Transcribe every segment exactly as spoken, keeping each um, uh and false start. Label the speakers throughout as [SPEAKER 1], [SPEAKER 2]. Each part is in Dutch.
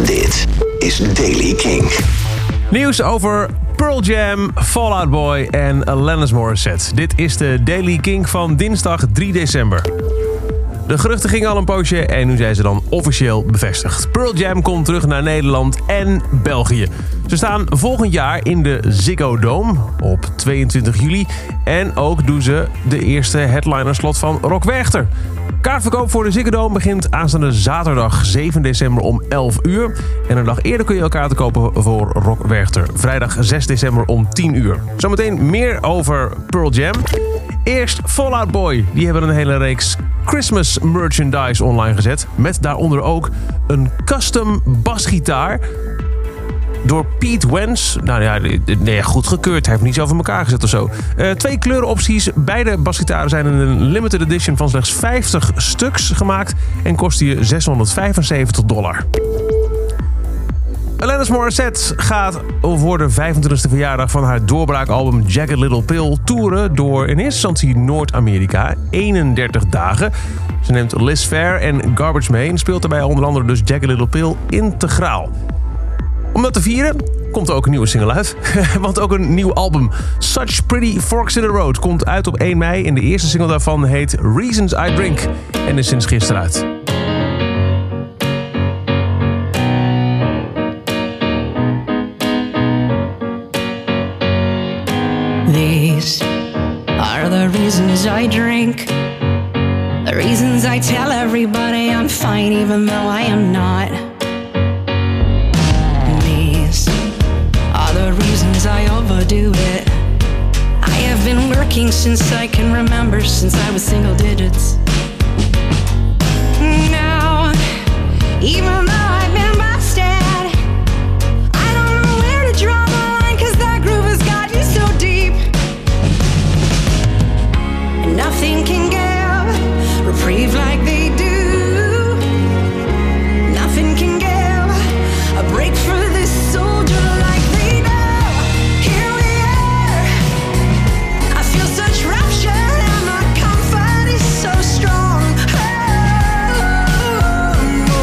[SPEAKER 1] Dit is Daily King.
[SPEAKER 2] Nieuws over Pearl Jam, Fall Out Boy en Alanis Morissette. Dit is de Daily King van dinsdag drie december. De geruchten gingen al een poosje en nu zijn ze dan officieel bevestigd. Pearl Jam komt terug naar Nederland en België. Ze staan volgend jaar in de Ziggo Dome op tweeëntwintig juli. En ook doen ze de eerste headlinerslot van Rock Werchter. Kaartverkoop voor de Ziggo Dome begint aanstaande zaterdag zeven december om elf uur. En een dag eerder kun je elkaar te kopen voor Rock Werchter. Vrijdag zes december om tien uur. Zometeen meer over Pearl Jam. Eerst Fall Out Boy. Die hebben een hele reeks Christmas merchandise online gezet. Met daaronder ook een custom basgitaar door Pete Wentz. Nou ja, nee, goed gekeurd. Hij heeft niets over elkaar gezet of zo. Uh, twee kleurenopties. Beide basgitaren zijn in een limited edition van slechts vijftig stuks gemaakt. En kosten je zeshonderdvijfenzeventig dollar. Alanis Morissette gaat voor de vijfentwintigste verjaardag van haar doorbraakalbum Jagged Little Pill toeren door in eerste instantie Noord-Amerika. eenendertig dagen. Ze neemt Liz Phair en Garbage mee en speelt daarbij onder andere dus Jagged Little Pill integraal. Om dat te vieren komt er ook een nieuwe single uit. Want ook een nieuw album, Such Pretty Forks in the Road, komt uit op één mei. En de eerste single daarvan heet Reasons I Drink en is sinds gisteren uit.
[SPEAKER 3] These are the reasons I drink. The reasons I tell everybody I'm fine even though I am not. These are the reasons I overdo it. I have been working since I can remember, since I was single digits. Now, even though I've been busted, I don't know where to draw the line, cause that groove has gotten so deep. And nothing can give reprieve like they do. Nothing can give a break for this soldier like they do. Here we are. I feel such rapture and my comfort is so strong. Oh,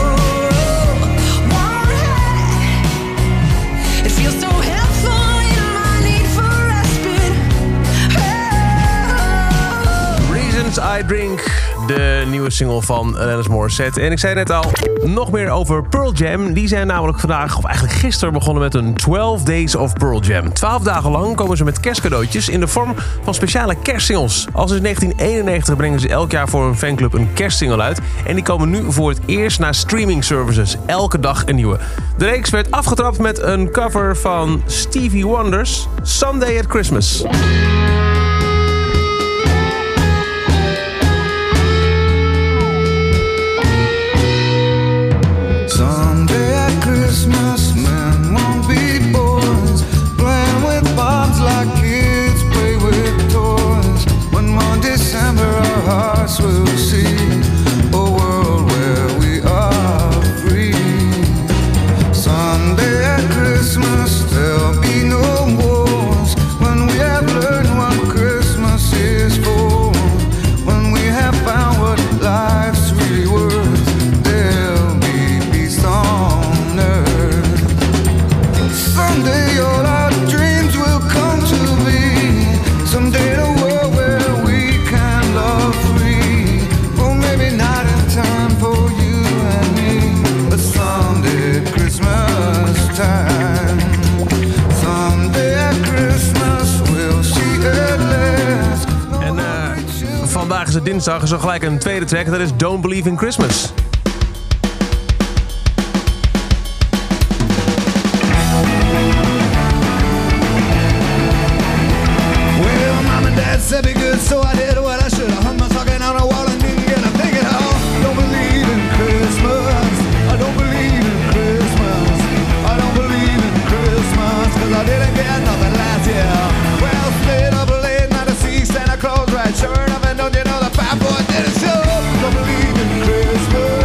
[SPEAKER 3] won't hurt. It feels so helpful in my need for respite. Oh.
[SPEAKER 2] Reasons I Drink, de nieuwe single van Alanis Morissette. En ik zei net al, nog meer over Pearl Jam. Die zijn namelijk vandaag, of eigenlijk gisteren, begonnen met een twaalf Days of Pearl Jam. twaalf dagen lang komen ze met kerstcadeautjes in de vorm van speciale kerstsingles. Al sinds negentien eenennegentig brengen ze elk jaar voor een fanclub een kerstsingle uit. En die komen nu voor het eerst naar streaming services. Elke dag een nieuwe. De reeks werd afgetrapt met een cover van Stevie Wonder's Sunday at Christmas.
[SPEAKER 4] Someday at Christmas, men won't be boys, playing with bombs like kids play with toys. When one December our hearts will see a world where we are free. Someday at Christmas there'll be no wars, when we have learned what Christmas is for, when we have found what life's really worth. Someday all our dreams will come to be. Someday the world where we can love free. Or maybe not in time for you and me, but someday at Christmas time. Someday at Christmas we'll see at last.
[SPEAKER 2] En uh, vandaag is het dinsdag, is er gelijk een tweede track. Dat is Don't Believe in Christmas.
[SPEAKER 5] Said be good, so I did what I should. I hung my stocking on a wall and didn't get a thing at all. Don't believe in Christmas. I don't believe in Christmas. I don't believe in Christmas, cause I didn't get nothing last year. Well, stayed up late, not to see Santa Claus right. Sure enough, and don't you know the fat boy didn't show. Don't believe in Christmas.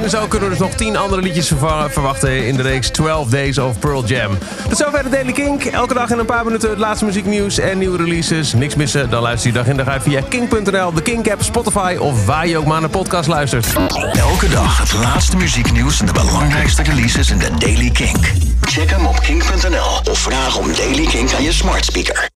[SPEAKER 2] En zo kunnen we dus nog tien andere liedjes verva- verwachten in de reeks twaalf Days of Pearl Jam. Tot zover de Daily Kink. Elke dag in een paar minuten het laatste muzieknieuws en nieuwe releases. Niks missen, dan luister je dag in dag uit via kink punt n l, de Kink-app, Spotify of waar je ook maar naar podcast luistert.
[SPEAKER 1] Elke dag het laatste muzieknieuws en de belangrijkste releases in de Daily Kink. Check hem op kink punt n l of vraag om Daily Kink aan je smart speaker.